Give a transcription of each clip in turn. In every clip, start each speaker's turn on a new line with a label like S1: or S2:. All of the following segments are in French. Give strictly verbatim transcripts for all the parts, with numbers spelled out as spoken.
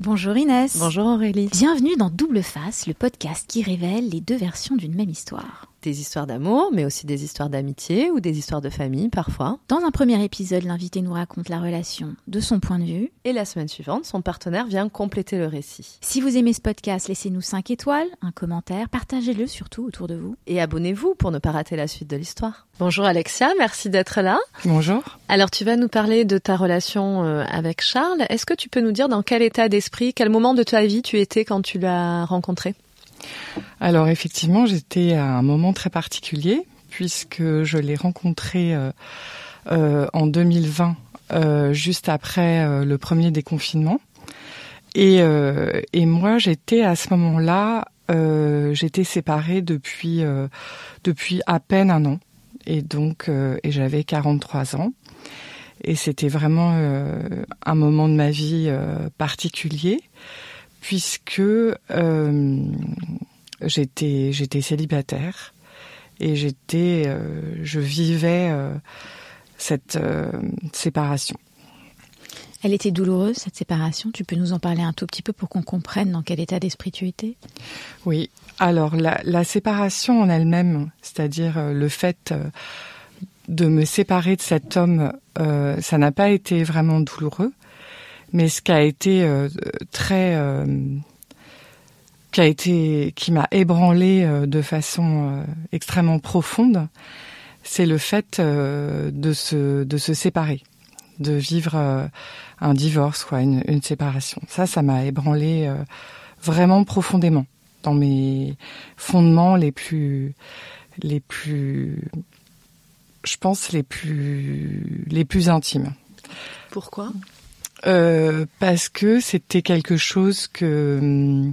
S1: Bonjour Inès.
S2: Bonjour Aurélie.
S1: Bienvenue dans Double Face, le podcast qui révèle les deux versions d'une même histoire.
S2: Des histoires d'amour, mais aussi des histoires d'amitié ou des histoires de famille parfois.
S1: Dans un premier épisode, l'invité nous raconte la relation de son point de vue.
S2: Et la semaine suivante, son partenaire vient compléter le récit.
S1: Si vous aimez ce podcast, laissez-nous cinq étoiles, un commentaire, partagez-le surtout autour de vous.
S2: Et abonnez-vous pour ne pas rater la suite de l'histoire. Bonjour Alexia, merci d'être là.
S3: Bonjour.
S2: Alors tu vas nous parler de ta relation avec Charles. Est-ce que tu peux nous dire dans quel état d'esprit, quel moment de ta vie tu étais quand tu l'as rencontré ?
S3: Alors effectivement, j'étais à un moment très particulier puisque je l'ai rencontré euh, euh, en deux mille vingt, euh, juste après euh, le premier déconfinement. Et, euh, et moi, j'étais à ce moment-là, euh, j'étais séparée depuis euh, depuis à peine un an, et donc euh, et j'avais quarante-trois ans. Et c'était vraiment euh, un moment de ma vie euh, particulier. Puisque euh, j'étais j'étais célibataire et j'étais euh, je vivais euh, cette euh, séparation.
S1: Elle était douloureuse, cette séparation. Tu peux nous en parler un tout petit peu pour qu'on comprenne dans quel état d'esprit tu étais ?
S3: Oui. Alors la, la séparation en elle-même, c'est-à-dire euh, le fait euh, de me séparer de cet homme, euh, ça n'a pas été vraiment douloureux. Mais ce qui a été euh, très, euh, qui a été, qui m'a ébranlée euh, de façon euh, extrêmement profonde, c'est le fait euh, de se, de se séparer, de vivre euh, un divorce, quoi, une, une séparation. Ça, ça m'a ébranlée euh, vraiment profondément dans mes fondements les plus, les plus, je pense les plus, les plus intimes.
S2: Pourquoi ?
S3: Euh, parce que c'était quelque chose que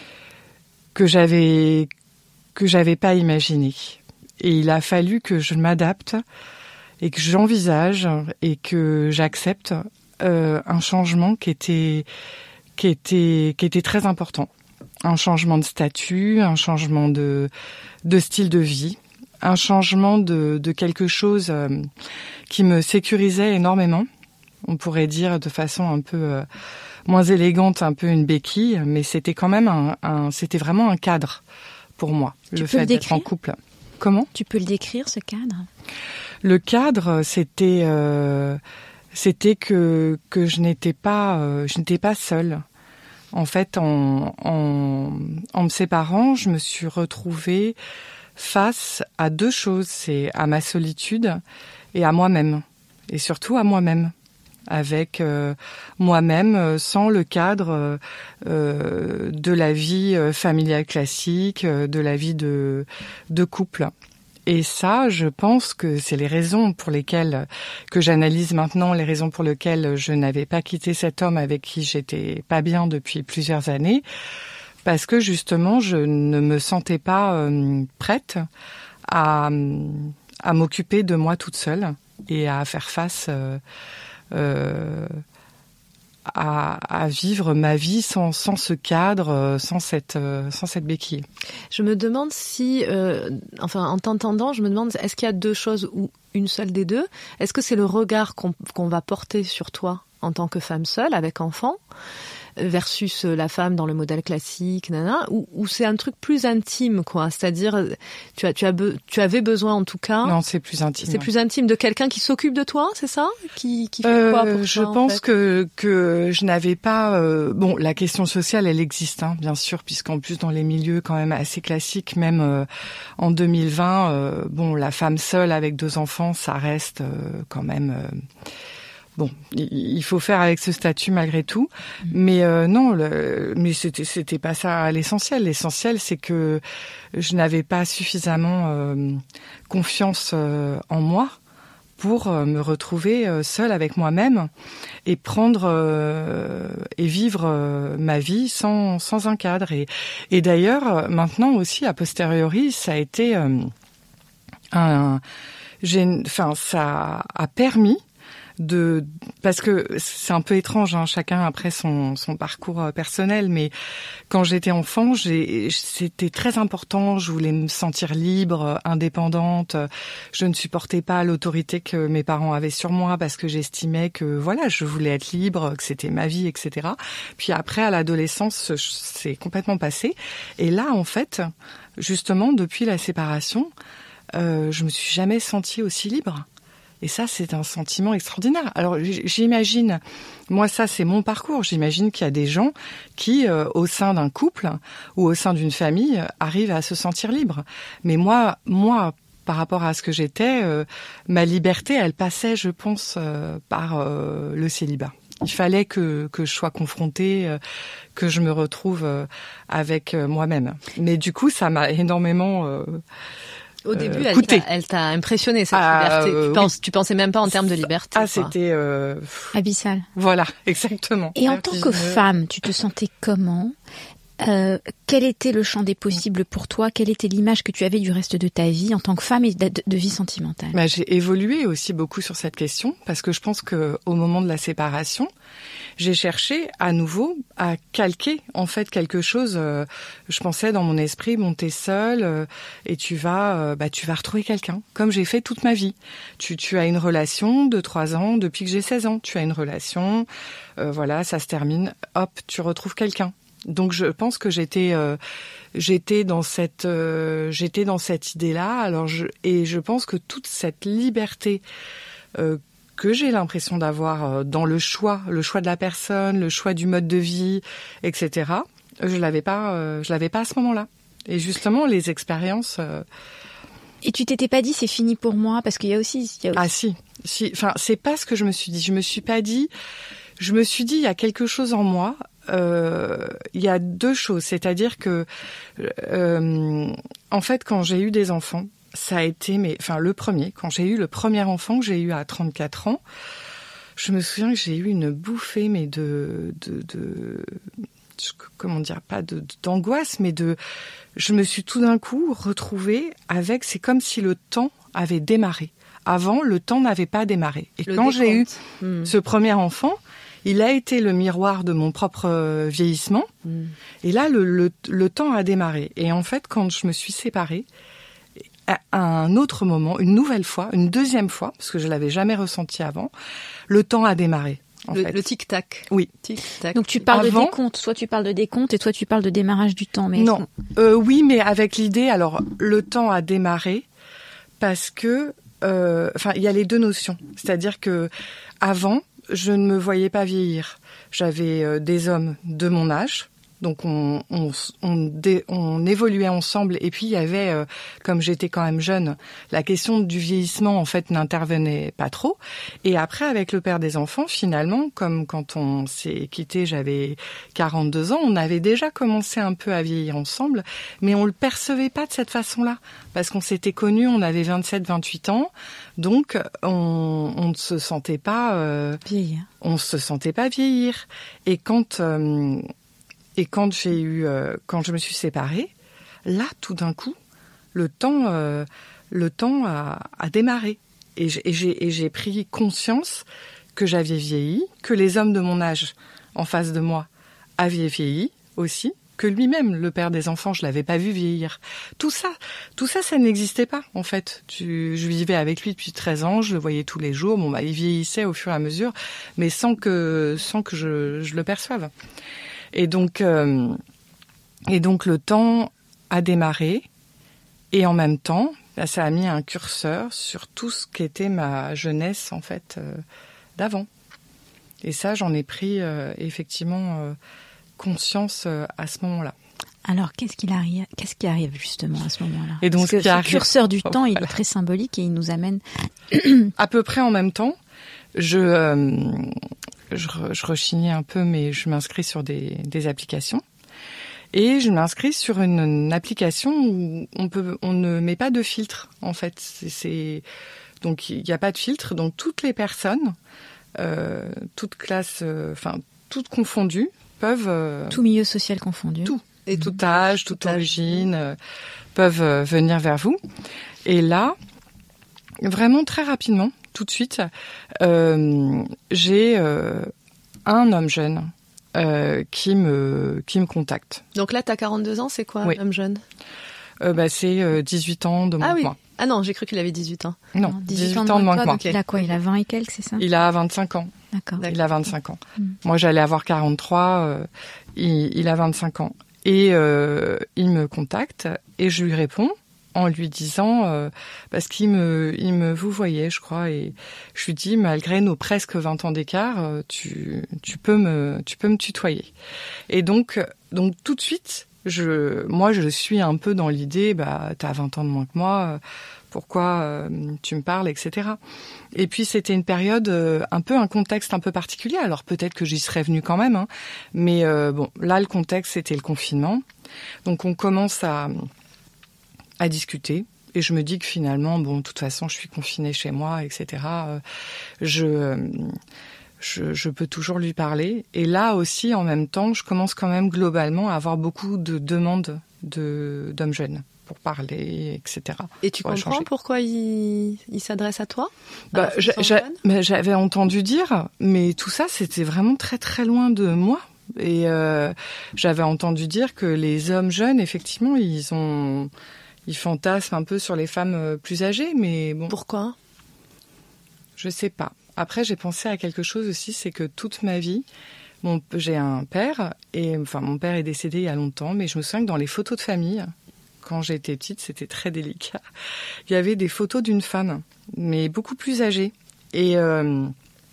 S3: que j'avais que j'avais pas imaginé, et il a fallu que je m'adapte et que j'envisage et que j'accepte euh, un changement qui était qui était qui était très important, un changement de statut, un changement de de style de vie, un changement de de quelque chose euh, qui me sécurisait énormément. On pourrait dire de façon un peu euh, moins élégante, un peu une béquille, mais c'était quand même un, un c'était vraiment un cadre pour moi,
S1: tu
S3: le fait
S1: le
S3: d'être en couple. Comment ?
S1: Tu peux le décrire, ce cadre ?
S3: Le cadre, c'était euh, c'était que que je n'étais pas euh, je n'étais pas seule. En fait, en, en en me séparant, je me suis retrouvée face à deux choses, c'est à ma solitude et à moi-même, et surtout à moi-même. Avec euh, moi-même, euh, sans le cadre euh, de la vie euh, familiale classique, euh, de la vie de, de couple. Et ça, je pense que c'est les raisons pour lesquelles, que j'analyse maintenant, les raisons pour lesquelles je n'avais pas quitté cet homme avec qui j'étais pas bien depuis plusieurs années, parce que justement, je ne me sentais pas euh, prête à, à m'occuper de moi toute seule et à faire face euh, Euh, à, à vivre ma vie sans, sans ce cadre, sans cette, sans cette béquille.
S2: Je me demande si, euh, enfin en t'entendant, je me demande est-ce qu'il y a deux choses ou une seule des deux ? Est-ce que c'est le regard qu'on, qu'on va porter sur toi en tant que femme seule avec enfant versus la femme dans le modèle classique, nana, ou, ou c'est un truc plus intime, quoi. C'est-à-dire, tu as, tu as, be, tu avais besoin en tout cas.
S3: Non, c'est plus intime.
S2: C'est ouais. plus intime de quelqu'un qui s'occupe de toi, c'est ça ? Qui, qui fait
S3: euh,
S2: quoi pour
S3: Je
S2: toi,
S3: pense
S2: en fait
S3: que que je n'avais pas. Euh, bon, la question sociale, elle existe, hein, bien sûr, puisqu'en plus dans les milieux quand même assez classiques, même euh, en deux mille vingt, euh, bon, la femme seule avec deux enfants, ça reste euh, quand même. Euh, Bon, il faut faire avec ce statut malgré tout, mais euh, non, le, mais c'était c'était pas ça l'essentiel. L'essentiel, c'est que je n'avais pas suffisamment euh, confiance euh, en moi pour euh, me retrouver euh, seule avec moi-même et prendre euh, et vivre euh, ma vie sans sans un cadre. Et, et d'ailleurs, maintenant aussi, a posteriori, ça a été euh, un, j'ai, enfin, ça a permis de parce que c'est un peu étrange, hein, chacun après son son parcours personnel, mais quand j'étais enfant, j'ai c'était très important, je voulais me sentir libre, indépendante, je ne supportais pas l'autorité que mes parents avaient sur moi parce que j'estimais que voilà, je voulais être libre, que c'était ma vie, et cetera. Puis après, à l'adolescence, c'est complètement passé, et là en fait, justement depuis la séparation, euh, je me suis jamais sentie aussi libre. Et ça, c'est un sentiment extraordinaire. Alors, j'imagine, moi, ça, c'est mon parcours. J'imagine qu'il y a des gens qui, euh, au sein d'un couple ou au sein d'une famille, arrivent à se sentir libres. Mais moi, moi, par rapport à ce que j'étais, euh, ma liberté, elle passait, je pense, euh, par euh, le célibat. Il fallait que que je sois confrontée, euh, que je me retrouve euh, avec euh, moi-même. Mais du coup, ça m'a énormément... Euh,
S2: Au début,
S3: euh,
S2: elle, t'a, elle t'a impressionné, cette ah, liberté. Euh, tu, penses, oui. tu pensais même pas en termes de liberté.
S3: Ah,
S2: quoi.
S3: c'était... Euh...
S1: abyssal.
S3: Voilà, exactement.
S1: Et en tant que femme, tu te sentais comment ? Euh, quel était le champ des possibles pour toi ? Quelle était l'image que tu avais du reste de ta vie en tant que femme et de, de vie sentimentale ?
S3: Bah, j'ai évolué aussi beaucoup sur cette question parce que je pense que au moment de la séparation, j'ai cherché à nouveau à calquer en fait quelque chose. Euh, je pensais dans mon esprit, bon, t'es seule euh, et tu vas, euh, bah, tu vas retrouver quelqu'un, comme j'ai fait toute ma vie. Tu, tu as une relation de trois ans depuis que j'ai seize ans. Tu as une relation, euh, voilà, ça se termine, hop, tu retrouves quelqu'un. Donc je pense que j'étais euh, j'étais dans cette euh, j'étais dans cette idée-là. Alors je et je pense que toute cette liberté euh, que j'ai l'impression d'avoir euh, dans le choix, le choix de la personne, le choix du mode de vie, et cetera. Je l'avais pas euh, je l'avais pas à ce moment-là. Et justement les expériences. Euh...
S1: Et tu t'étais pas dit c'est fini pour moi parce qu'il y a aussi, il y a aussi...
S3: Ah si si. Enfin c'est pas ce que je me suis dit. Je me suis pas dit. Je me suis dit il y a quelque chose en moi. Euh, il y a deux choses, c'est-à-dire que euh, en fait quand j'ai eu des enfants, ça a été mais enfin le premier, quand j'ai eu le premier enfant que j'ai eu à trente-quatre ans, je me souviens que j'ai eu une bouffée mais de de, de comment dire, pas de, d'angoisse, mais de je me suis tout d'un coup retrouvée avec, c'est comme si le temps avait démarré. Avant, le temps n'avait pas démarré. Et
S2: le
S3: quand
S2: décompte.
S3: j'ai eu
S2: mmh.
S3: ce premier enfant, il a été le miroir de mon propre vieillissement. Mmh. Et là, le, le, le temps a démarré. Et en fait, quand je me suis séparée, à un autre moment, une nouvelle fois, une deuxième fois, parce que je l'avais jamais ressenti avant, le temps a démarré. En
S2: le,
S3: fait.
S2: le tic-tac.
S3: Oui.
S2: Tic-tac.
S1: Donc tu parles
S3: avant,
S1: de décompte, soit tu parles de décompte et toi tu parles de démarrage du temps. Mais
S3: non, euh, oui, mais avec l'idée, alors le temps a démarré parce que, euh, enfin, il y a les deux notions. C'est-à-dire que avant, je ne me voyais pas vieillir. J'avais euh, des hommes de mon âge, donc on on on, dé, on évoluait ensemble. Et puis il y avait, euh, comme j'étais quand même jeune, la question du vieillissement en fait n'intervenait pas trop. Et après avec le père des enfants, finalement, comme quand on s'est quitté, j'avais quarante-deux ans, on avait déjà commencé un peu à vieillir ensemble, mais on le percevait pas de cette façon-là, parce qu'on s'était connus, on avait vingt-sept, vingt-huit ans, donc on, on ne se sentait pas euh,
S1: vieillir.
S3: On se sentait pas vieillir. Et quand euh, Et quand j'ai eu, euh, quand je me suis séparée, là, tout d'un coup, le temps, euh, le temps a, a démarré. Et j'ai, et, j'ai, et j'ai pris conscience que j'avais vieilli, que les hommes de mon âge en face de moi avaient vieilli aussi, que lui-même, le père des enfants, je l'avais pas vu vieillir. Tout ça, tout ça, ça n'existait pas, en fait. Tu, je vivais avec lui depuis treize ans, je le voyais tous les jours. Bon, bah, il vieillissait au fur et à mesure, mais sans que, sans que je, je le perçoive. Et donc, euh, et donc le temps a démarré, et en même temps, là, ça a mis un curseur sur tout ce qu'était ma jeunesse en fait euh, d'avant. Et ça, j'en ai pris euh, effectivement euh, conscience euh, à ce moment-là.
S1: Alors, qu'est-ce qu'il arrive, qu'est-ce qui arrive justement à ce moment-là ?
S3: Et donc,
S1: Parce que
S3: ce, qui
S1: ce
S3: arrive...
S1: curseur du
S3: oh,
S1: temps,
S3: voilà.
S1: il est très symbolique et il nous amène
S3: à peu près en même temps. Je euh, Je, je rechignais un peu, mais je m'inscris sur des, des applications. Et je m'inscris sur une, une application où on peut, on ne met pas de filtre, en fait. C'est, c'est, donc, il n'y a pas de filtre. Donc, toutes les personnes, euh, toutes classes, euh, enfin, toutes confondues, peuvent... Euh,
S1: tout milieu social confondu.
S3: Tout. Et tout âge, toute origine, euh, peuvent euh, venir vers vous. Et là, vraiment très rapidement, tout de suite, euh, j'ai euh, un homme jeune euh, qui me qui me contacte.
S2: Donc là, t'as quarante-deux ans, c'est quoi,
S3: oui.
S2: un homme jeune?
S3: euh, bah, C'est euh, dix-huit ans de moins
S2: ah, oui.
S3: que moi.
S2: Ah non, j'ai cru qu'il avait dix-huit ans.
S3: Non, dix-huit ans de moins que moi.
S1: Donc il a quoi? Il a vingt et quelques, c'est ça?
S3: Il a vingt-cinq ans.
S1: D'accord.
S3: Il a vingt-cinq ans.
S1: Mmh.
S3: Moi, j'allais avoir quarante-trois. Euh, il, il a vingt-cinq ans. Et euh, il me contacte et je lui réponds en lui disant, euh, parce qu'il me, il me vous voyait, je crois, et je lui dis, malgré nos presque vingt ans d'écart, tu, tu peux me, tu peux me tutoyer. Et donc, donc tout de suite, je, moi, je suis un peu dans l'idée, bah, t'as vingt ans de moins que moi, pourquoi euh, tu me parles, et cetera. Et puis c'était une période, euh, un peu un contexte un peu particulier. Alors peut-être que j'y serais venue quand même, hein, mais euh, bon, là le contexte c'était le confinement. Donc on commence à à discuter. Et je me dis que finalement, bon, de toute façon, je suis confinée chez moi, et cetera. Euh, je, euh, je, je peux toujours lui parler. Et là aussi, en même temps, je commence quand même globalement à avoir beaucoup de demandes de, d'hommes jeunes pour parler, et cetera.
S2: Et tu comprends échanger. Pourquoi il, il s'adresse à toi?
S3: Bah, j'a, j'a, mais j'avais entendu dire, mais tout ça, c'était vraiment très très loin de moi. Et euh, j'avais entendu dire que les hommes jeunes, effectivement, ils ont... Ils fantasment un peu sur les femmes plus âgées, mais bon.
S2: Pourquoi?
S3: Je sais pas. Après, j'ai pensé à quelque chose aussi, c'est que toute ma vie, mon, j'ai un père, et enfin mon père est décédé il y a longtemps, mais je me souviens que dans les photos de famille, quand j'étais petite, c'était très délicat. Il y avait des photos d'une femme, mais beaucoup plus âgée. Et euh,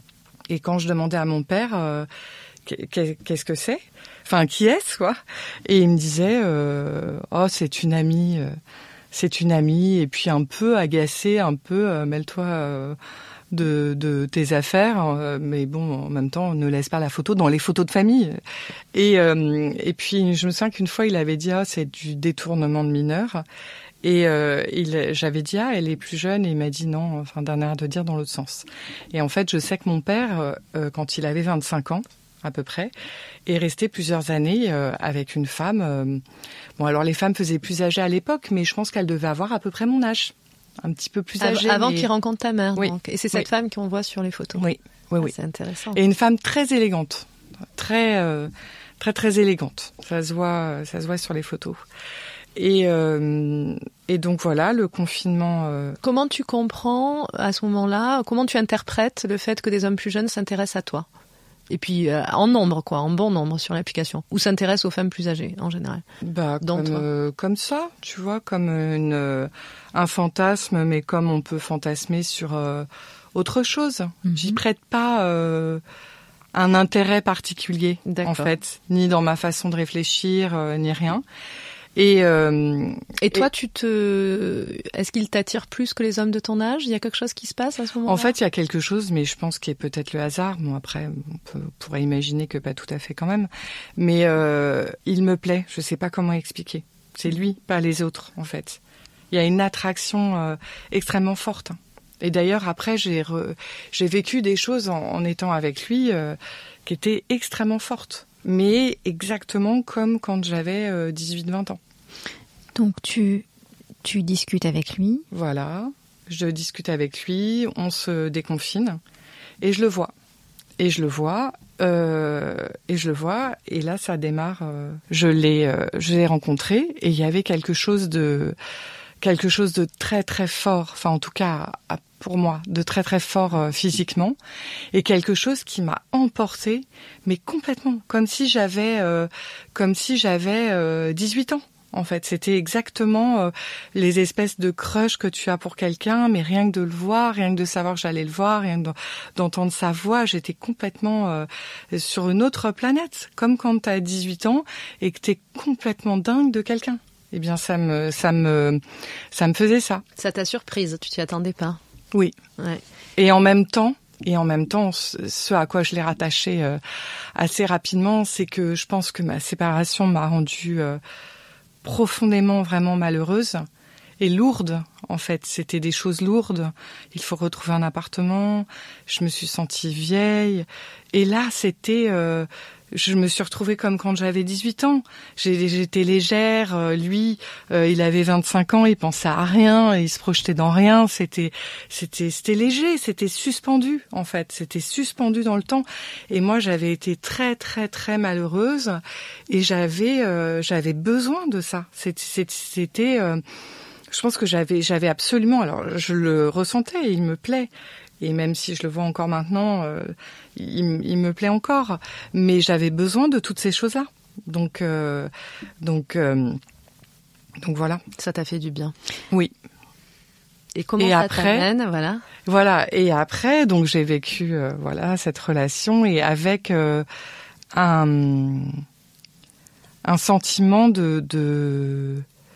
S3: et quand je demandais à mon père euh, qu'est-ce que c'est, enfin qui est-ce quoi, et il me disait euh, oh c'est une amie. Euh, C'est une amie, et puis un peu agacée, un peu euh, mêle-toi euh, de, de tes affaires, euh, mais bon, en même temps, ne laisse pas la photo dans les photos de famille. Et, euh, et puis, je me souviens qu'une fois, il avait dit, ah, c'est du détournement de mineurs. Et euh, il, j'avais dit, ah, elle est plus jeune, et il m'a dit non, enfin, d'un air de dire dans l'autre sens. Et en fait, je sais que mon père, euh, quand il avait vingt-cinq ans, à peu près, est resté plusieurs années euh, avec une femme. Euh, bon, alors les femmes faisaient plus âgées à l'époque, mais je pense qu'elle devait avoir à peu près mon âge, un petit peu plus âgée.
S2: Avant
S3: mais...
S2: qu'il rencontre ta mère,
S3: oui.
S2: donc. Et c'est cette
S3: oui.
S2: femme qu'on voit sur les photos.
S3: Oui, oui,
S2: ah,
S3: oui.
S2: C'est intéressant.
S3: Et une femme très élégante, très, euh, très, très élégante. Ça se voit, ça se voit sur les photos. Et, euh, et donc voilà, le confinement... Euh...
S2: Comment tu comprends à ce moment-là, comment tu interprètes le fait que des hommes plus jeunes s'intéressent à toi? Et puis euh, en nombre, quoi, en bon nombre sur l'application, ou s'intéressent aux femmes plus âgées en général.
S3: Bah comme, euh, comme ça, tu vois, comme une, euh, un fantasme, mais comme on peut fantasmer sur euh, autre chose. Mm-hmm. J'y prête pas euh, un intérêt particulier, D'accord. en fait, ni dans ma façon de réfléchir, euh, ni rien. Et, euh,
S2: et toi, et... tu te, est-ce qu'il t'attire plus que les hommes de ton âge? Il y a quelque chose qui se passe à ce moment-là?
S3: En fait, il y a quelque chose, mais je pense qu'il y a peut-être le hasard. Bon, après, on, peut, on pourrait imaginer que pas tout à fait quand même. Mais euh, il me plaît. Je sais pas comment expliquer. C'est lui, pas les autres, en fait. Il y a une attraction euh, extrêmement forte. Et d'ailleurs, après, j'ai re... j'ai vécu des choses en, en étant avec lui euh, qui étaient extrêmement fortes. Mais exactement comme quand j'avais euh, dix-huit vingt ans.
S1: Donc tu, tu discutes avec lui.
S3: Voilà, je discute avec lui, on se déconfine et je le vois. Et je le vois, euh, et je le vois, et là ça démarre. Euh, je l'ai, euh, je l'ai rencontré et il y avait quelque chose de, quelque chose de très très fort. Enfin en tout cas pour moi, de très très fort euh, physiquement, et quelque chose qui m'a emportée, mais complètement, comme si j'avais, euh, comme si j'avais euh, dix-huit ans. En fait, c'était exactement euh, les espèces de crush que tu as pour quelqu'un, mais rien que de le voir, rien que de savoir que j'allais le voir, rien que d'entendre sa voix, j'étais complètement euh, sur une autre planète, comme quand tu as dix-huit ans et que tu es complètement dingue de quelqu'un. Eh bien, ça me, ça me, ça me faisait ça.
S2: Ça t'a surprise, tu t'y attendais pas?
S3: Oui.
S2: Ouais.
S3: Et en même temps, et en même temps, ce à quoi je l'ai rattaché euh, assez rapidement, c'est que je pense que ma séparation m'a rendue euh, profondément vraiment malheureuse et lourde. En fait, c'était des choses lourdes. Il faut retrouver un appartement. Je me suis sentie vieille. Et là, c'était, euh, je me suis retrouvée comme quand j'avais dix-huit ans. J'ai, j'étais légère. Euh, lui, euh, il avait vingt-cinq ans. Il pensait à rien. Il se projetait dans rien. C'était, c'était, c'était léger. C'était suspendu, en fait. C'était suspendu dans le temps. Et moi, j'avais été très, très, très malheureuse. Et j'avais, euh, j'avais besoin de ça. C'était, c'était euh, je pense que j'avais, j'avais absolument. Alors, je le ressentais. Il me plaît. Et même si je le vois encore maintenant, euh, il, il me plaît encore. Mais j'avais besoin de toutes ces choses-là. Donc, euh, donc, euh, donc voilà.
S2: Ça t'a fait du bien.
S3: Oui.
S2: Et comment
S3: et
S2: ça
S3: après,
S2: t'amène, voilà.
S3: Voilà. Et après, donc j'ai vécu, euh, voilà, cette relation et avec euh, un un sentiment de de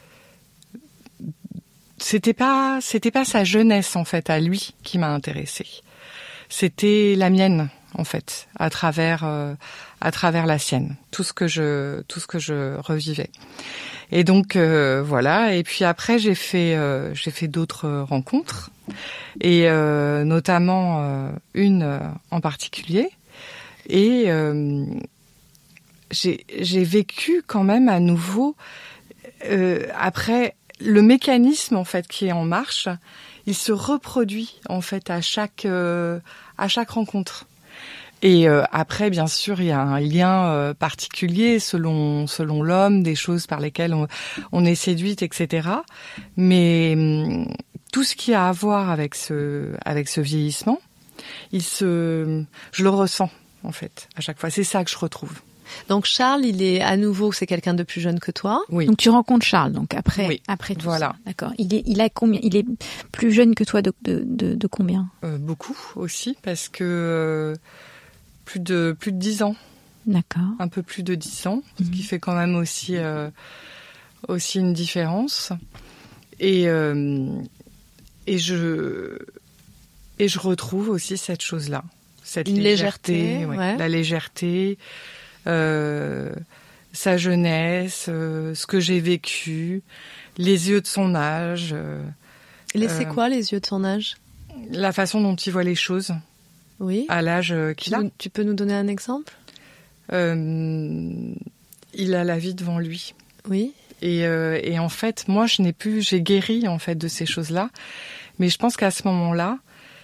S3: C'était pas, c'était pas sa jeunesse en fait à lui qui m'a intéressée. C'était la mienne en fait, à travers, euh, à travers la sienne. Tout ce que je, tout ce que je revivais. Et donc euh, voilà. Et puis après j'ai fait, euh, j'ai fait d'autres rencontres et euh, notamment euh, une euh, en particulier. Et euh, j'ai, j'ai vécu quand même à nouveau euh, après. Le mécanisme en fait qui est en marche, il se reproduit en fait à chaque euh, à chaque rencontre. Et euh, après, bien sûr, il y a un lien euh, particulier selon selon l'homme, des choses par lesquelles on, on est séduite, et cetera. Mais hum, tout ce qui a à voir avec ce avec ce vieillissement, il se, je le ressens en fait à chaque fois. C'est ça que je retrouve.
S2: Donc Charles, il est à nouveau, c'est quelqu'un de plus jeune que toi.
S3: Oui.
S1: Donc tu rencontres Charles, donc après,
S3: oui.
S1: après tout
S3: voilà.
S1: ça. D'accord. Il est, il a combien? Il est plus jeune que toi de de de, de combien?
S3: euh, Beaucoup aussi, parce que euh, plus de plus de dix ans.
S1: D'accord.
S3: Un peu plus de dix ans, mmh. ce qui fait quand même aussi euh, aussi une différence. Et euh, et je et je retrouve aussi cette chose-là, cette
S2: une légèreté,
S3: légèreté ouais,
S2: ouais.
S3: la légèreté. Euh, sa jeunesse, euh, ce que j'ai vécu, les yeux de son âge. Euh,
S2: les c'est quoi les yeux de son âge?
S3: La façon dont il voit les choses.
S2: Oui.
S3: À l'âge qu'il
S2: tu,
S3: a.
S2: Tu peux nous donner un exemple?
S3: euh, Il a la vie devant lui.
S2: Oui.
S3: Et, euh, et en fait, moi, je n'ai plus, j'ai guéri en fait de ces choses-là. Mais je pense qu'à ce moment-là.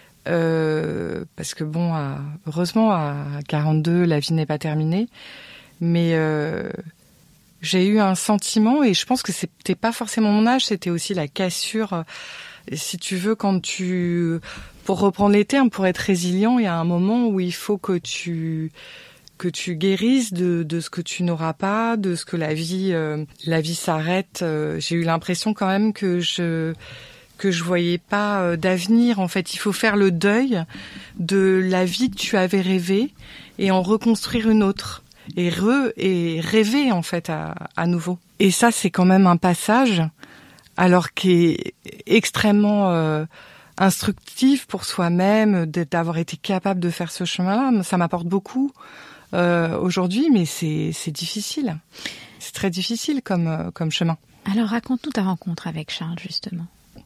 S3: Euh, parce que bon, à, heureusement à quarante-deux, la vie n'est pas terminée, mais euh, j'ai eu un sentiment et je pense que c'était pas forcément mon âge, c'était aussi la cassure. Si tu veux, quand tu, pour reprendre les termes, pour être résilient, il y a un moment où il faut que tu que tu guérisses de, de ce que tu n'auras pas, de ce que la vie, euh, la vie s'arrête. Euh, j'ai eu l'impression quand même que je que je voyais pas d'avenir. En fait, il faut faire le deuil de la vie que tu avais rêvée et en reconstruire une autre et re et rêver en fait à, à nouveau. Et ça, c'est quand même un passage, alors qui est extrêmement euh, instructif pour soi-même, d'avoir été capable de faire ce chemin-là. Ça m'apporte beaucoup euh, aujourd'hui, mais c'est c'est difficile. C'est très difficile comme comme chemin.
S1: Alors raconte-nous ta rencontre avec Charles justement.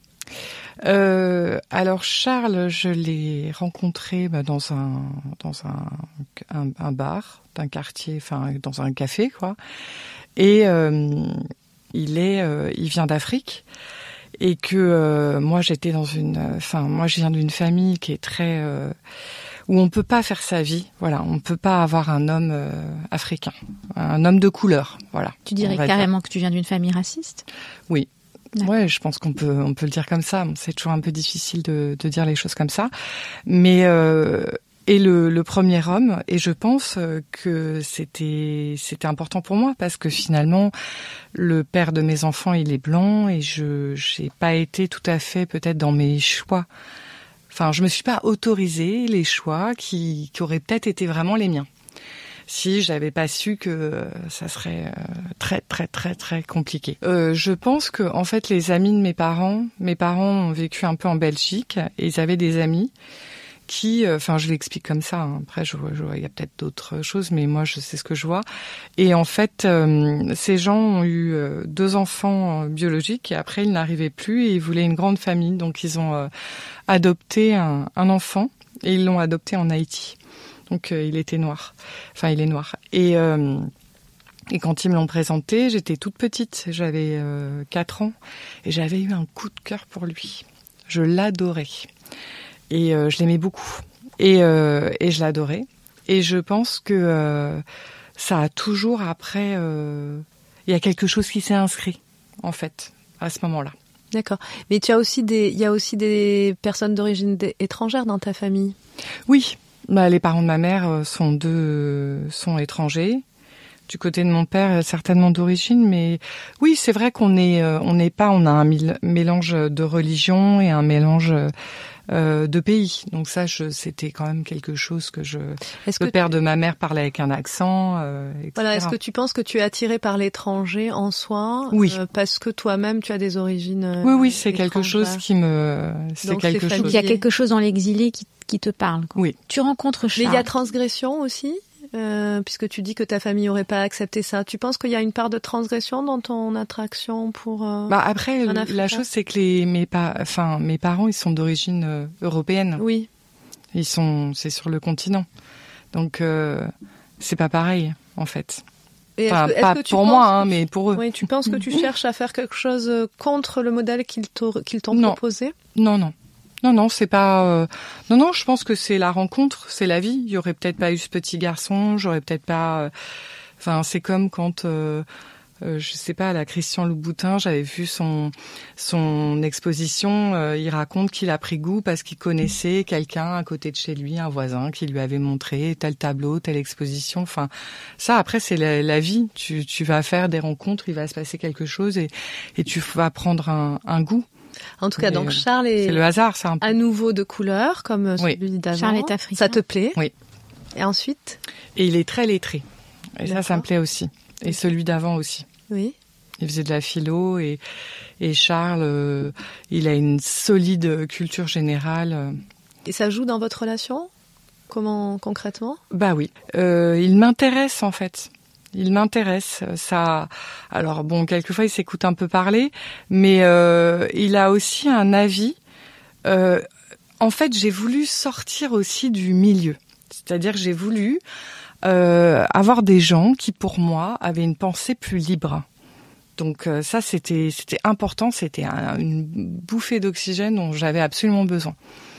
S3: Euh, alors Charles, je l'ai rencontré bah, dans un dans un, un un bar d'un quartier, enfin dans un café quoi. Et euh, il est, euh, il vient d'Afrique et que euh, moi j'étais dans une, enfin moi je viens d'une famille qui est très euh, où on peut pas faire sa vie, voilà, on peut pas avoir un homme euh, africain, un homme de couleur, voilà.
S1: Tu dirais carrément dire. Que tu viens d'une famille raciste ?
S3: Oui. Ouais, je pense qu'on peut on peut le dire comme ça. C'est toujours un peu difficile de, de dire les choses comme ça, mais euh, et le, le premier homme. Et je pense que c'était c'était important pour moi parce que finalement le père de mes enfants il est blanc et je j'ai pas été tout à fait peut-être dans mes choix. Enfin, je me suis pas autorisé les choix qui qui auraient peut-être été vraiment les miens. Si j'avais pas su que ça serait très très très très compliqué. Euh, je pense que en fait les amis de mes parents, mes parents ont vécu un peu en Belgique et ils avaient des amis qui, enfin je l'explique comme ça. Hein. Après je vois, je vois, il y a peut-être d'autres choses, mais moi je sais ce que je vois. Et en fait euh, ces gens ont eu euh, deux enfants biologiques et après ils n'arrivaient plus et ils voulaient une grande famille, donc ils ont euh, adopté un, un enfant et ils l'ont adopté en Haïti. Donc euh, il était noir. Enfin, il est noir. Et, euh, et quand ils me l'ont présenté, j'étais toute petite. J'avais euh, quatre ans. Et j'avais eu un coup de cœur pour lui. Je l'adorais. Et euh, je l'aimais beaucoup. Et, euh, et je l'adorais. Et je pense que euh, ça a toujours après... Euh, il y a quelque chose qui s'est inscrit, en fait, à ce moment-là.
S2: D'accord. Mais tu as aussi des, il y a aussi des personnes d'origine étrangère dans ta famille?
S3: Oui. Bah, les parents de ma mère sont deux, sont étrangers. Du côté de mon père, certainement d'origine, mais oui, c'est vrai qu'on est, on n'est pas, on a un mélange de religion et un mélange euh, de pays. Donc ça, je, c'était quand même quelque chose que je. Est-ce le que père tu... de ma mère parlait avec un accent, euh, et cetera.
S2: Voilà. Est-ce que tu penses que tu es attiré par l'étranger en soi?
S3: Oui.
S2: Euh, parce que toi-même, tu as des origines. Euh,
S3: oui, oui, c'est quelque chose qui me. C'est
S2: Donc,
S3: quelque
S2: c'est
S3: chose.
S1: Il y a quelque chose dans l'exilé qui, qui te parle. Quoi.
S3: Oui.
S1: Tu rencontres Charles.
S2: Mais il y a transgression aussi. Euh, puisque tu dis que ta famille n'aurait pas accepté ça. Tu penses qu'il y a une part de transgression dans ton attraction pour euh,
S3: bah après, la chose, c'est que les, mes, pa- enfin, mes parents, ils sont d'origine euh, européenne.
S2: Oui.
S3: Ils sont, c'est sur le continent. Donc, euh, c'est pas pareil, en fait.
S2: Et
S3: enfin,
S2: est-ce que,
S3: pas
S2: est-ce que tu
S3: pour moi, hein, mais pour eux.
S2: Oui, tu penses que tu cherches à faire quelque chose contre le modèle qu'ils, qu'ils t'ont
S3: non.
S2: proposé?
S3: Non, non. Non, non, c'est pas... Euh... Non, non, je pense que c'est la rencontre, c'est la vie. Il y aurait peut-être pas eu ce petit garçon, j'aurais peut-être pas... Euh... Enfin, c'est comme quand, euh, euh, je sais pas, la Christian Louboutin, j'avais vu son son exposition, euh, il raconte qu'il a pris goût parce qu'il connaissait quelqu'un à côté de chez lui, un voisin, qui lui avait montré tel tableau, telle exposition. Enfin, ça, après, c'est la, la vie. Tu, tu vas faire des rencontres, il va se passer quelque chose et, et tu vas prendre un, un goût.
S2: En tout cas, donc Charles est,
S3: c'est le hasard, ça, un peu.
S2: À nouveau de couleur, comme
S3: oui.
S2: celui d'avant.
S1: Charles est africain.
S2: Ça te plaît?
S3: Oui.
S2: Et ensuite?
S3: Et il est très lettré. Et D'accord. ça, ça me plaît aussi. Et
S2: oui.
S3: celui d'avant aussi.
S2: Oui.
S3: Il faisait de la philo et, et Charles, euh, il a une solide culture générale.
S2: Et ça joue dans votre relation? Comment, concrètement?
S3: Bah oui. Euh, il m'intéresse, en fait. Il m'intéresse, ça. Alors bon, quelquefois il s'écoute un peu parler, mais euh, il a aussi un avis. Euh, en fait, j'ai voulu sortir aussi du milieu, c'est-à-dire j'ai voulu euh, avoir des gens qui, pour moi, avaient une pensée plus libre. Donc euh, ça, c'était c'était important, c'était un, une bouffée d'oxygène dont j'avais absolument besoin.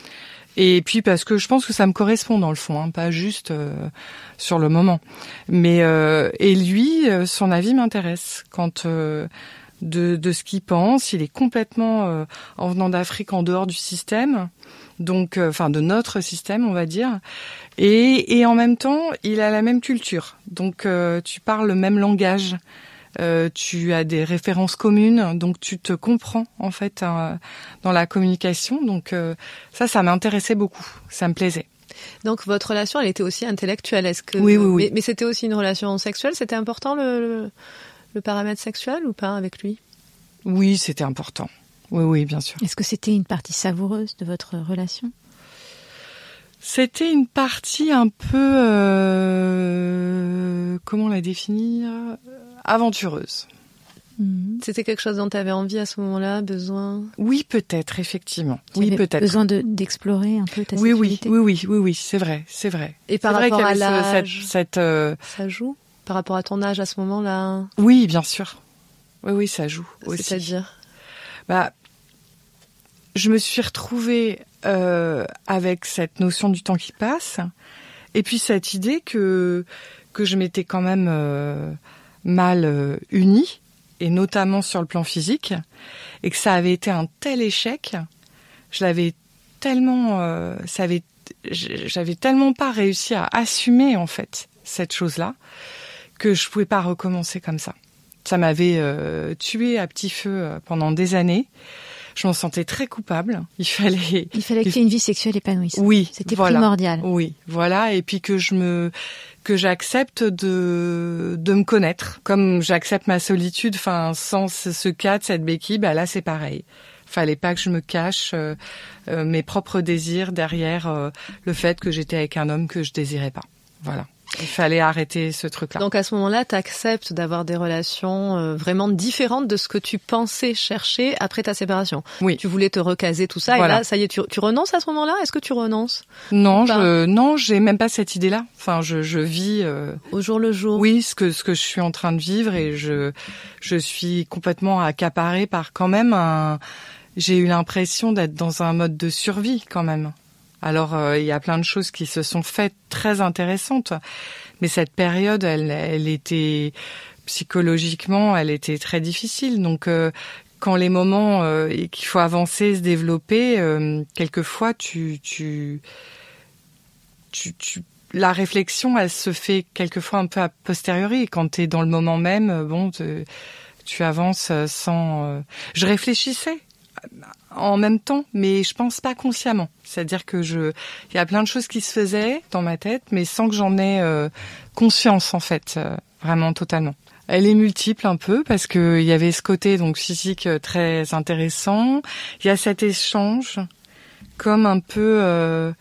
S3: Et puis parce que je pense que ça me correspond dans le fond, hein, pas juste euh, sur le moment. Mais euh, et lui, euh, son avis m'intéresse. Quand euh, de, de ce qu'il pense, il est complètement euh, en venant d'Afrique en dehors du système, donc enfin euh, de notre système, on va dire. Et, et en même temps, il a la même culture. Donc euh, tu parles le même langage. Euh, tu as des références communes, donc tu te comprends en fait hein, dans la communication. Donc euh, ça, ça m'intéressait beaucoup, ça me plaisait.
S2: Donc votre relation, elle était aussi intellectuelle. Est-ce que
S3: oui, oui, oui.
S2: Mais, mais c'était aussi une relation sexuelle. C'était important le, le, le paramètre sexuel ou pas avec lui?
S3: Oui, c'était important. Oui, oui, bien sûr.
S1: Est-ce que c'était une partie savoureuse de votre relation?
S3: C'était une partie un peu, euh, comment la définir, aventureuse.
S2: Mmh. C'était quelque chose dont tu avais envie à ce moment-là, besoin?
S3: Oui, peut-être, effectivement.
S1: Tu
S3: oui,
S1: avais
S3: peut-être.
S1: Besoin de, d'explorer un peu ta
S3: oui,
S1: sexualité.
S3: Oui, oui, oui, oui, oui, c'est vrai, c'est vrai.
S2: Et par
S3: c'est
S2: rapport
S3: vrai
S2: à l'âge,
S3: ce, cette, cette, euh...
S2: ça joue? Par rapport à ton âge à ce moment-là?
S3: Oui, bien sûr. Oui, oui, ça joue aussi.
S2: C'est-à-dire?
S3: Bah, je me suis retrouvée euh, avec cette notion du temps qui passe, et puis cette idée que que je m'étais quand même euh, mal euh, unie, et notamment sur le plan physique, et que ça avait été un tel échec, je l'avais tellement, euh, ça avait, j'avais tellement pas réussi à assumer en fait cette chose-là, que je pouvais pas recommencer comme ça. Ça m'avait euh, tuée à petit feu pendant des années. Je m'en sentais très coupable. Il fallait...
S1: Il fallait que tu aies une vie sexuelle épanouissante.
S3: Oui,
S1: c'était
S3: voilà.
S1: primordial.
S3: Oui, voilà. Et puis que je me, que j'accepte de, de me connaître. Comme j'accepte ma solitude, enfin, sans ce, ce cadre, cette béquille, bah là, c'est pareil. Fallait pas que je me cache euh, euh, mes propres désirs derrière euh, le fait que j'étais avec un homme que je désirais pas. Voilà. Il fallait arrêter ce truc-là.
S2: Donc à ce moment-là, tu acceptes d'avoir des relations euh, vraiment différentes de ce que tu pensais chercher après ta séparation.
S3: Oui.
S2: Tu voulais te recaser, tout ça, voilà. Et là, ça y est, tu, tu renonces à ce moment-là? Est-ce que tu renonces?
S3: Non, je, non, j'ai même pas cette idée-là. Enfin, je, je vis euh,
S2: au jour le jour.
S3: Oui, ce que ce que je suis en train de vivre, et je je suis complètement accaparée par quand même un. J'ai eu l'impression d'être dans un mode de survie quand même. Alors, euh, il y a plein de choses qui se sont faites très intéressantes, mais cette période, elle, elle était psychologiquement, elle était très difficile. Donc, euh, quand les moments euh, qu'il faut avancer, se développer, euh, quelquefois, tu, tu, tu, tu, la réflexion, elle se fait quelquefois un peu a posteriori. Quand t'es dans le moment même, bon, te, tu avances sans. Euh... Je réfléchissais en même temps, mais je pense pas consciemment. C'est-à-dire que je, il y a plein de choses qui se faisaient dans ma tête, mais sans que j'en ai euh, conscience en fait, euh, vraiment totalement. Elle est multiple un peu parce que il y avait ce côté donc physique très intéressant. Il y a cet échange comme un peu euh,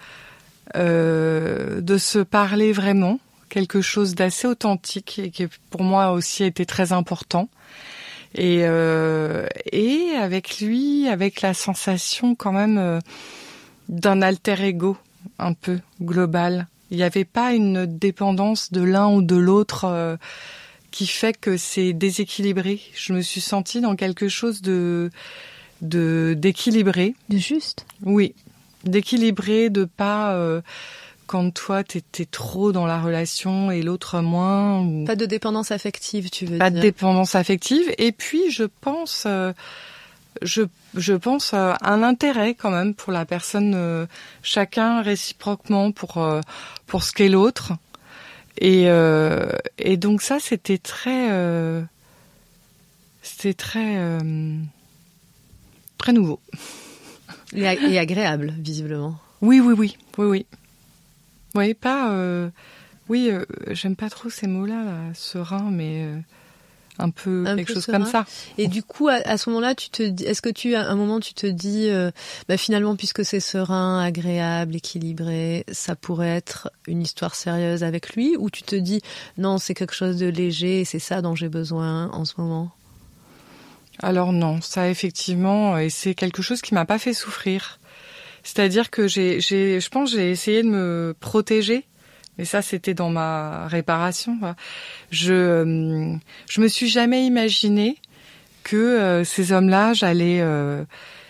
S3: euh, de se parler vraiment, quelque chose d'assez authentique et qui pour moi aussi a été très important. Et, euh, et avec lui, avec la sensation quand même euh, d'un alter ego un peu global. Il n'y avait pas une dépendance de l'un ou de l'autre euh, qui fait que c'est déséquilibré. Je me suis sentie dans quelque chose de, de d'équilibré.
S1: De juste.
S3: Oui, d'équilibré, de pas... Euh, quand toi, t'étais trop dans la relation et l'autre moins. Ou...
S2: Pas de dépendance affective, tu veux
S3: pas
S2: dire.
S3: Pas de dépendance affective. Et puis, je pense, euh, je, je pense euh, un intérêt quand même pour la personne, euh, chacun réciproquement pour euh, pour ce qu'est l'autre. Et euh, et donc ça, c'était très, euh, c'était très euh, très nouveau.
S2: Et, ag- et agréable, visiblement.
S3: Oui, oui, oui, oui, oui. Oui, pas. Euh, oui, euh, j'aime pas trop ces mots-là, là, serein, mais euh, un peu
S2: un
S3: quelque
S2: peu
S3: chose
S2: serein.
S3: comme ça.
S2: Et du coup, à, à ce moment-là, tu te dis, est-ce que tu, à un moment, tu te dis, euh, bah finalement, puisque c'est serein, agréable, équilibré, ça pourrait être une histoire sérieuse avec lui, ou tu te dis, non, c'est quelque chose de léger, c'est ça dont j'ai besoin en ce moment?
S3: Alors non, ça effectivement, et c'est quelque chose qui m'a pas fait souffrir. C'est-à-dire que j'ai, j'ai, je pense, que j'ai essayé de me protéger, mais ça, c'était dans ma réparation. Je, euh, je me suis jamais imaginé que euh, ces hommes-là, j'allais, euh,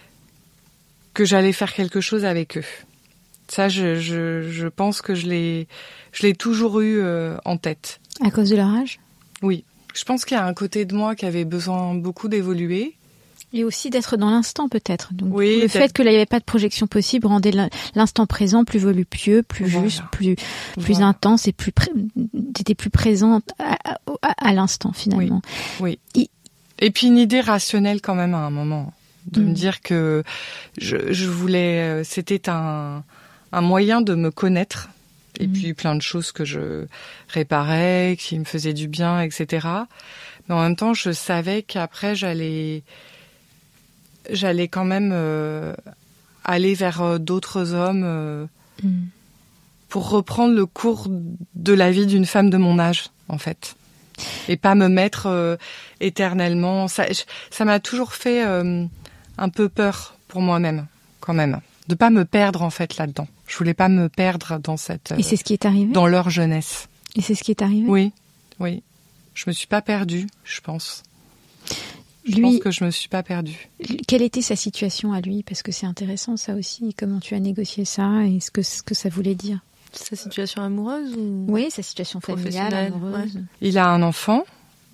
S3: que j'allais faire quelque chose avec eux. Ça, je, je, je pense que je l'ai, je l'ai toujours eu euh, en tête.
S1: À cause de leur âge ?
S3: Oui, je pense qu'il y a un côté de moi qui avait besoin beaucoup d'évoluer.
S1: Et aussi d'être dans l'instant peut-être. Donc
S3: oui,
S1: le fait qu'il n'y avait pas de projection possible rendait l'instant présent plus voluptueux, plus voilà. juste, plus plus voilà. intense et plus pré... t'étais plus présente à, à, à l'instant finalement.
S3: Oui. oui. Et... et puis une idée rationnelle quand même à un moment de mmh. me dire que je, je voulais, c'était un un moyen de me connaître et mmh. puis plein de choses que je réparais, qui me faisaient du bien, et cetera. Mais en même temps, je savais qu'après j'allais J'allais quand même euh, aller vers euh, d'autres hommes euh, mmh. pour reprendre le cours de la vie d'une femme de mon âge, en fait. Et pas me mettre euh, éternellement... Ça, ça m'a toujours fait euh, un peu peur pour moi-même, quand même. De pas me perdre, en fait, là-dedans. Je voulais pas me perdre dans cette... Euh,
S1: Et c'est ce qui est arrivé ?
S3: Dans leur jeunesse.
S1: Et c'est ce qui est arrivé ?
S3: Oui, oui. Je me suis pas perdue, je pense. Je
S1: lui,
S3: pense que je me suis pas perdue.
S1: Quelle était sa situation à lui ? Parce que c'est intéressant ça aussi, comment tu as négocié ça et ce que, ce que ça voulait dire.
S2: Sa situation amoureuse ou
S1: Oui, sa situation familiale, amoureuse.
S2: Ouais.
S3: Il a un enfant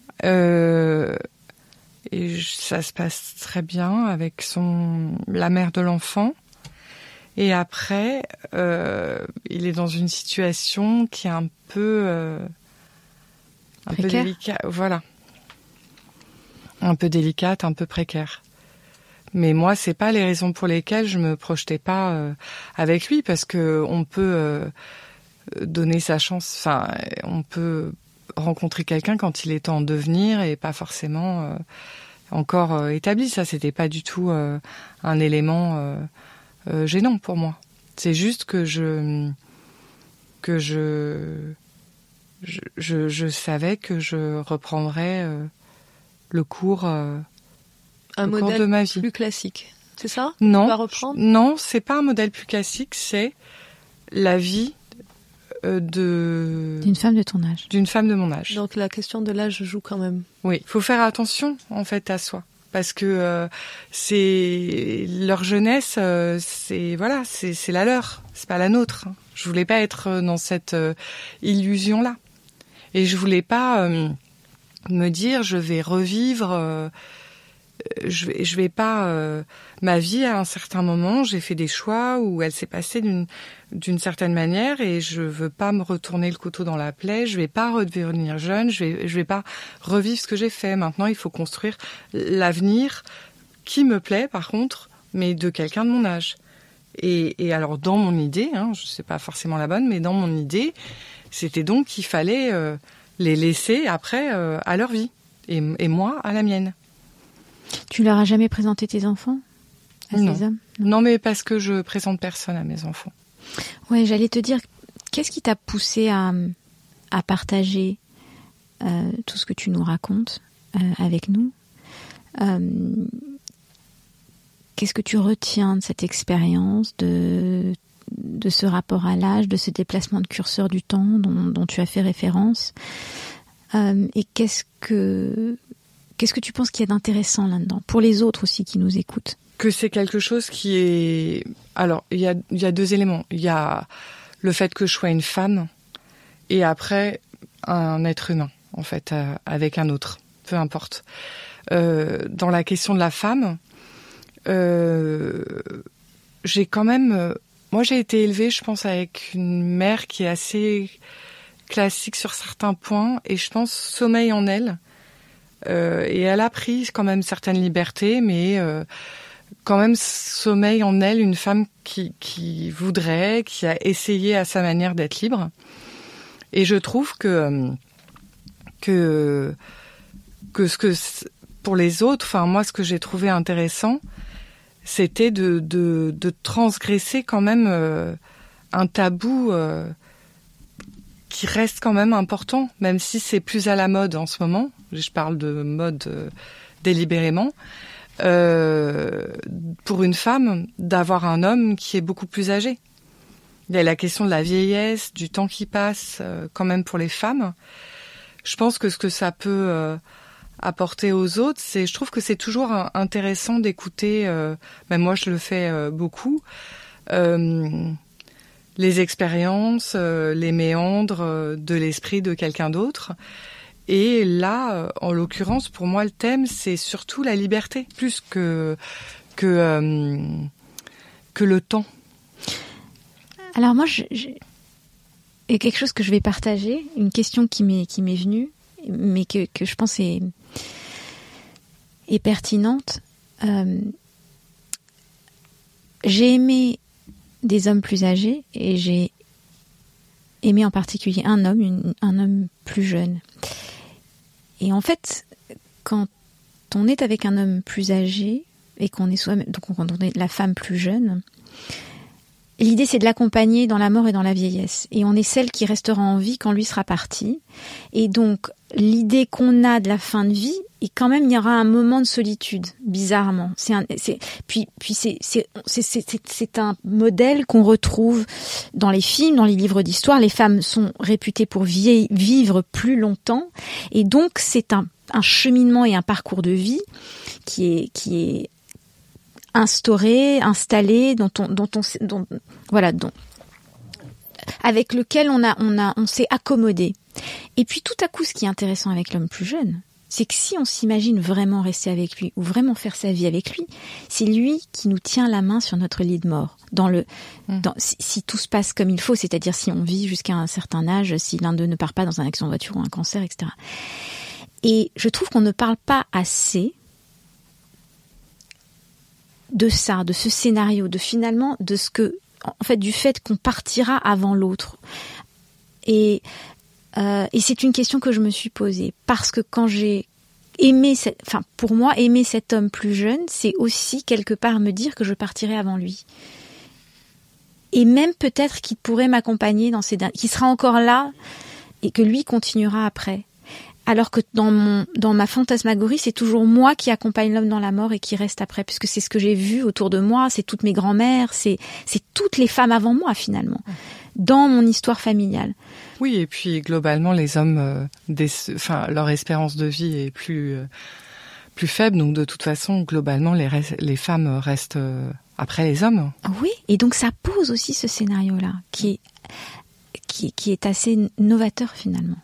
S3: euh, et ça se passe très bien avec son la mère de l'enfant. Et après, euh, il est dans une situation qui est un peu euh, un
S1: précaire.
S3: peu délicate. Voilà. Un peu délicate, un peu précaire. Mais moi, c'est pas les raisons pour lesquelles je me projetais pas euh, avec lui, parce que on peut euh, donner sa chance. Enfin, on peut rencontrer quelqu'un quand il est en devenir et pas forcément euh, encore euh, établi. Ça, c'était pas du tout euh, un élément euh, euh, gênant pour moi. C'est juste que je que je je, je, je savais que je reprendrais euh, le cours, euh,
S2: un
S3: le
S2: modèle
S3: cours de ma vie.
S2: Plus classique, c'est ça?
S3: Non,
S2: tu vas reprendre
S3: non, c'est pas un modèle plus classique, c'est la vie euh, de
S1: d'une femme de ton âge.
S3: D'une femme de mon âge.
S2: Donc la question de l'âge joue quand même.
S3: Oui, il faut faire attention en fait à soi. Parce que euh, c'est leur jeunesse, euh, c'est voilà, c'est, c'est la leur, c'est pas la nôtre. Je voulais pas être dans cette euh, illusion-là, et je voulais pas euh, me dire je vais revivre, euh, je vais, je vais pas euh, ma vie à un certain moment. J'ai fait des choix où elle s'est passée d'une d'une certaine manière, et je veux pas me retourner le couteau dans la plaie. Je vais pas redevenir jeune. Je vais, je vais pas revivre ce que j'ai fait. Maintenant, il faut construire l'avenir qui me plaît, par contre, mais de quelqu'un de mon âge. Et, et alors, dans mon idée, hein, je sais pas forcément la bonne, mais dans mon idée, c'était donc qu'il fallait euh, les laisser après euh, à leur vie, et, et moi à la mienne.
S1: Tu leur as jamais présenté tes enfants à
S3: non.
S1: ces hommes?
S3: Non. non, mais parce que je présente personne à mes enfants.
S1: Ouais, j'allais te dire, qu'est-ce qui t'a poussé à, à partager euh, tout ce que tu nous racontes euh, avec nous? euh, Qu'est-ce que tu retiens de cette expérience, de, de ce rapport à l'âge, de ce déplacement de curseur du temps dont, dont tu as fait référence? euh, Et qu'est-ce que, qu'est-ce que tu penses qu'il y a d'intéressant là-dedans, pour les autres aussi qui nous écoutent?
S3: Que c'est quelque chose qui est... Alors, il y a, il y a deux éléments. Il y a le fait que je sois une femme, et après, un être humain, en fait, euh, avec un autre, peu importe. Euh, dans la question de la femme, euh, j'ai quand même... Euh, moi, j'ai été élevée, je pense, avec une mère qui est assez classique sur certains points, et je pense sommeil en elle. Euh, et elle a pris quand même certaines libertés, mais... Euh, quand même sommeil en elle une femme qui, qui voudrait, qui a essayé à sa manière d'être libre. Et je trouve que que que ce que pour les autres, enfin moi ce que j'ai trouvé intéressant, c'était de de, de transgresser quand même euh, un tabou euh, qui reste quand même important, même si c'est plus à la mode en ce moment. Je parle de mode euh, délibérément. Euh, pour une femme, d'avoir un homme qui est beaucoup plus âgé. Il y a la question de la vieillesse, du temps qui passe, euh, quand même pour les femmes. Je pense que ce que ça peut euh, apporter aux autres, c'est, je trouve que c'est toujours un, intéressant d'écouter, euh, même moi je le fais euh, beaucoup, euh, les expériences, euh, les méandres euh, de l'esprit de quelqu'un d'autre. Et là, en l'occurrence, pour moi, le thème, c'est surtout la liberté, plus que que euh, que le temps.
S1: Alors moi, je, je... il y a quelque chose que je vais partager, une question qui m'est qui m'est venue, mais que que je pense est est pertinente. Euh... J'ai aimé des hommes plus âgés, et j'ai aimé en particulier un homme, une, un homme plus jeune. Et en fait, quand on est avec un homme plus âgé et qu'on est soi-même, donc quand on est la femme plus jeune, l'idée c'est de l'accompagner dans la mort et dans la vieillesse. Et on est celle qui restera en vie quand lui sera parti. Et donc l'idée qu'on a de la fin de vie, et quand même il y aura un moment de solitude, bizarrement. C'est un, c'est, puis, puis c'est, c'est, c'est, c'est, c'est, c'est un modèle qu'on retrouve dans les films, dans les livres d'histoire. Les femmes sont réputées pour vieillir, vivre plus longtemps, et donc c'est un, un cheminement et un parcours de vie qui est, qui est instauré, installé, dont on, dont on, dont, voilà, dont, avec lequel on a, on a, on s'est accommodé. Et puis tout à coup, ce qui est intéressant avec l'homme plus jeune, c'est que si on s'imagine vraiment rester avec lui ou vraiment faire sa vie avec lui, c'est lui qui nous tient la main sur notre lit de mort. Dans le, mmh. dans, si, si tout se passe comme il faut, c'est-à-dire si on vit jusqu'à un certain âge, si l'un d'eux ne part pas dans un accident de voiture ou un cancer, et cetera. Et je trouve qu'on ne parle pas assez de ça, de ce scénario, de finalement de ce que, en fait, du fait qu'on partira avant l'autre. Et Euh, et c'est une question que je me suis posée, parce que quand j'ai aimé, cette, enfin pour moi, aimer cet homme plus jeune, c'est aussi quelque part me dire que je partirai avant lui. Et même peut-être qu'il pourrait m'accompagner dans ces, qu'il sera encore là, et que lui continuera après. Alors que dans mon dans ma fantasmagorie, c'est toujours moi qui accompagne l'homme dans la mort et qui reste après, puisque c'est ce que j'ai vu autour de moi, c'est toutes mes grand-mères, c'est c'est toutes les femmes avant moi finalement, dans mon histoire familiale.
S3: Oui, et puis globalement, les hommes, euh, des, enfin, leur espérance de vie est plus euh, plus faible, donc de toute façon, globalement, les les femmes restent euh, après les hommes.
S1: Oui, et donc ça pose aussi ce scénario-là, qui est qui qui est assez novateur finalement.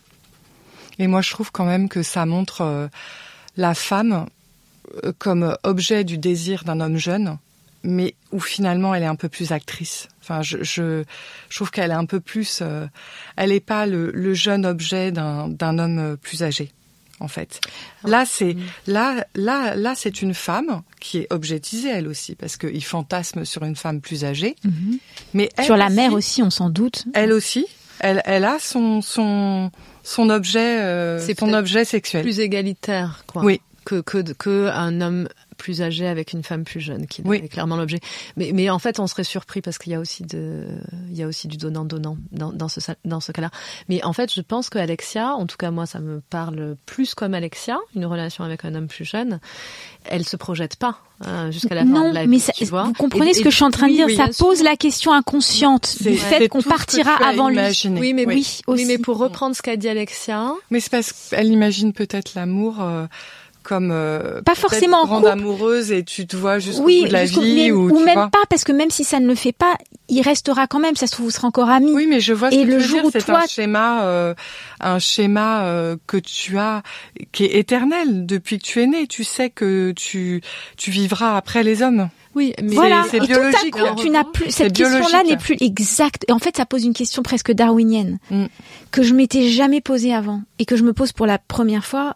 S3: Et moi, je trouve quand même que ça montre euh, la femme euh, comme objet du désir d'un homme jeune, mais où finalement elle est un peu plus actrice. Enfin, je, je, je trouve qu'elle est un peu plus... Euh, elle n'est pas le, le jeune objet d'un, d'un homme plus âgé, en fait. Là, c'est, là, là, là, c'est une femme qui est objetisée, elle aussi, parce qu'il fantasme sur une femme plus âgée. Mm-hmm. Mais elle
S1: sur la
S3: aussi,
S1: mère aussi, on s'en doute.
S3: Elle aussi, elle, elle a son... son son objet, euh,
S2: c'est
S3: son objet sexuel.
S2: Plus égalitaire, quoi.
S3: Oui.
S2: Que, que, que un homme plus âgé avec une femme plus jeune, qui
S3: oui.
S2: est clairement l'objet. Mais, mais en fait, on serait surpris parce qu'il y a aussi de, il y a aussi du donnant-donnant dans, dans ce, dans ce cas-là. Mais en fait, je pense qu'Alexia, en tout cas, moi, ça me parle plus comme Alexia, une relation avec un homme plus jeune. Elle se projette pas hein, jusqu'à la fin
S1: non,
S2: de la vie.
S1: Non, mais ça,
S2: tu vois.
S1: Vous comprenez
S2: et,
S1: ce que je suis en train
S2: oui,
S1: de dire.
S2: oui,
S1: ça pose
S2: sûr.
S1: la question inconsciente c'est, du fait qu'on partira avant lui.
S2: Oui, mais
S1: oui,
S2: oui,
S1: aussi.
S2: oui, mais pour reprendre ce qu'a dit Alexia.
S3: Mais c'est parce qu'elle imagine peut-être l'amour. Euh, comme euh,
S1: pas forcément
S3: grande amoureuse et tu te vois jusqu'au
S1: oui,
S3: bout de la
S1: jusqu'au,
S3: vie
S1: mais,
S3: ou,
S1: ou
S3: tu
S1: même
S3: vois.
S1: pas parce que même si ça ne le fait pas, il restera quand même. Ça se trouve, vous serez encore amis.
S3: Oui, mais je vois ce
S1: et
S3: que
S1: le
S3: tu veux
S1: jour
S3: dire.
S1: Où
S3: c'est
S1: toi...
S3: un schéma, euh, un schéma euh, que tu as, qui est éternel depuis que tu es né. Tu sais que tu tu vivras après les hommes.
S2: Oui, mais
S1: voilà.
S3: c'est, c'est
S1: et
S3: biologique.
S1: Tout à coup, tu n'as plus cette question-là n'est plus exacte. Et en fait, ça pose une question presque darwinienne mm. que je m'étais jamais posée avant et que je me pose pour la première fois.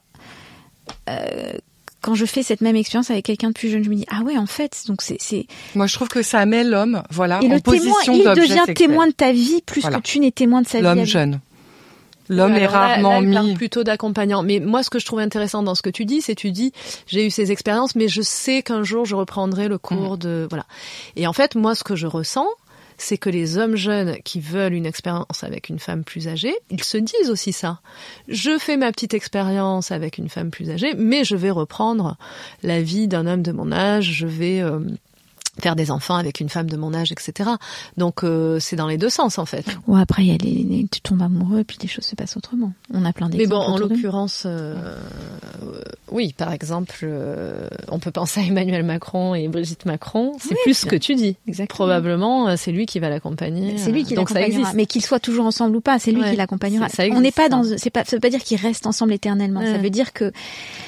S1: Euh, Quand je fais cette même expérience avec quelqu'un de plus jeune, je me dis ah ouais en fait donc c'est c'est.
S3: Moi je trouve que ça met l'homme voilà
S1: et
S3: en
S1: le
S3: position
S1: témoin, il
S3: d'objet
S1: devient
S3: sexuel.
S1: témoin de ta vie plus
S3: voilà.
S1: que tu n'es témoin de sa
S3: l'homme
S1: vie.
S3: L'homme jeune. L'homme
S2: ouais,
S3: est rarement
S2: là, là, il parle
S3: mis
S2: plutôt d'accompagnant. Mais moi ce que je trouve intéressant dans ce que tu dis, c'est tu dis j'ai eu ces expériences, mais je sais qu'un jour je reprendrai le cours mmh. de voilà. Et en fait moi ce que je ressens, c'est que les hommes jeunes qui veulent une expérience avec une femme plus âgée, ils se disent aussi ça. Je fais ma petite expérience avec une femme plus âgée, mais je vais reprendre la vie d'un homme de mon âge, je vais euh, faire des enfants avec une femme de mon âge, et cetera. Donc euh, c'est dans les deux sens en fait.
S1: Ouais, après il y a les, les, tu tombes amoureux et puis les choses se passent autrement. On a plein d'exemples.
S2: Mais bon, en l'occurrence, euh, euh, oui, par exemple, euh, on peut penser à Emmanuel Macron et Brigitte Macron. C'est
S1: oui,
S2: plus ce que tu dis.
S1: Exactement.
S2: Probablement, c'est lui qui va l'accompagner.
S1: C'est lui qui
S2: donc
S1: l'accompagnera.
S2: Ça existe.
S1: Mais qu'ils soient toujours ensemble ou pas, c'est lui
S2: ouais,
S1: qui l'accompagnera.
S2: Ça existe,
S1: on n'est pas
S2: ça.
S1: dans, c'est pas, ça veut pas dire qu'ils restent ensemble éternellement. Ouais. Ça veut dire que,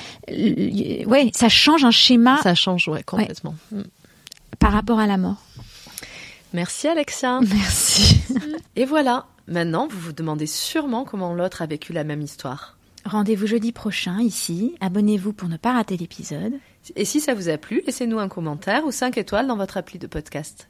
S1: ouais, ça change un schéma.
S2: Ça change, ouais, complètement.
S1: Ouais. Par rapport à la mort.
S2: Merci Alexia.
S1: Merci.
S2: Et voilà, maintenant vous vous demandez sûrement comment l'autre a vécu la même histoire.
S1: Rendez-vous jeudi prochain ici, abonnez-vous pour ne pas rater l'épisode.
S2: Et si ça vous a plu, laissez-nous un commentaire ou cinq étoiles dans votre appli de podcast.